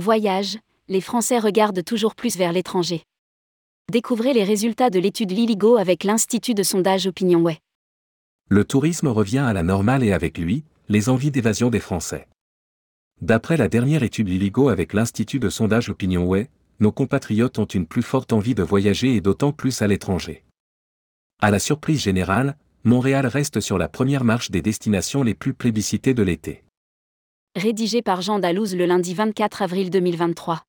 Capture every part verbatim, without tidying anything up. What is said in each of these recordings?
voyage, les Français regardent toujours plus vers l'étranger. Découvrez les résultats de l'étude Liligo avec l'Institut de sondage OpinionWay. Le tourisme revient à la normale et avec lui, les envies d'évasion des Français. D'après la dernière étude Liligo avec l'Institut de sondage OpinionWay, nos compatriotes ont une plus forte envie de voyager et d'autant plus à l'étranger. À la surprise générale, Montréal reste sur la première marche des destinations les plus plébiscitées de l'été. Rédigé par Jean Dalouse le lundi vingt-quatre avril deux mille vingt-trois.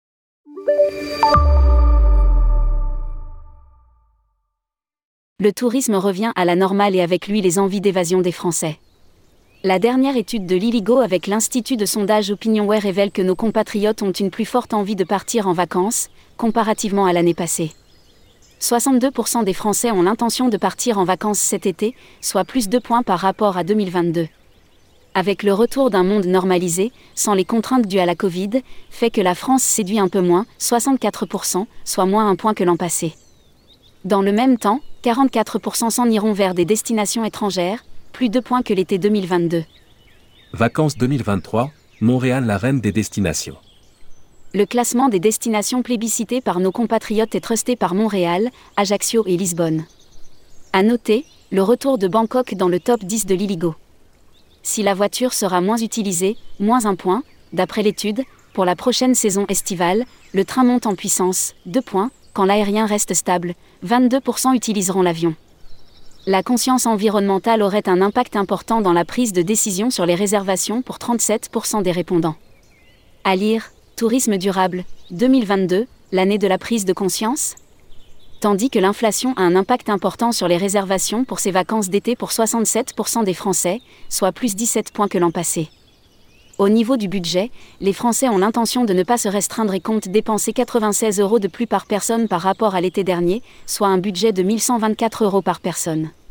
Le tourisme revient à la normale et avec lui les envies d'évasion des Français. La dernière étude de Liligo avec l'Institut de sondage OpinionWay révèle que nos compatriotes ont une plus forte envie de partir en vacances, comparativement à l'année passée. soixante-deux pour cent des Français ont l'intention de partir en vacances cet été, soit plus de points par rapport à deux mille vingt-deux. Avec le retour d'un monde normalisé, sans les contraintes dues à la Covid, fait que la France séduit un peu moins, soixante-quatre pour cent, soit moins un point que l'an passé. Dans le même temps, quarante-quatre pour cent s'en iront vers des destinations étrangères, plus de points que l'été deux mille vingt-deux. Vacances deux mille vingt-trois, Montréal la reine des destinations. Le classement des destinations plébiscitées par nos compatriotes est trusté par Montréal, Ajaccio et Lisbonne. À noter, le retour de Bangkok dans le top dix de Liligo. Si la voiture sera moins utilisée, moins un point, d'après l'étude, pour la prochaine saison estivale, le train monte en puissance, deux points, quand l'aérien reste stable, vingt-deux pour cent utiliseront l'avion. La conscience environnementale aurait un impact important dans la prise de décision sur les réservations pour trente-sept pour cent des répondants. À lire, Tourisme durable, deux mille vingt-deux, l'année de la prise de conscience ? Tandis que l'inflation a un impact important sur les réservations pour ces vacances d'été pour soixante-sept pour cent des Français, soit plus dix-sept points que l'an passé. Au niveau du budget, les Français ont l'intention de ne pas se restreindre et comptent dépenser quatre-vingt-seize euros de plus par personne par rapport à l'été dernier, soit un budget de mille cent vingt-quatre euros par personne.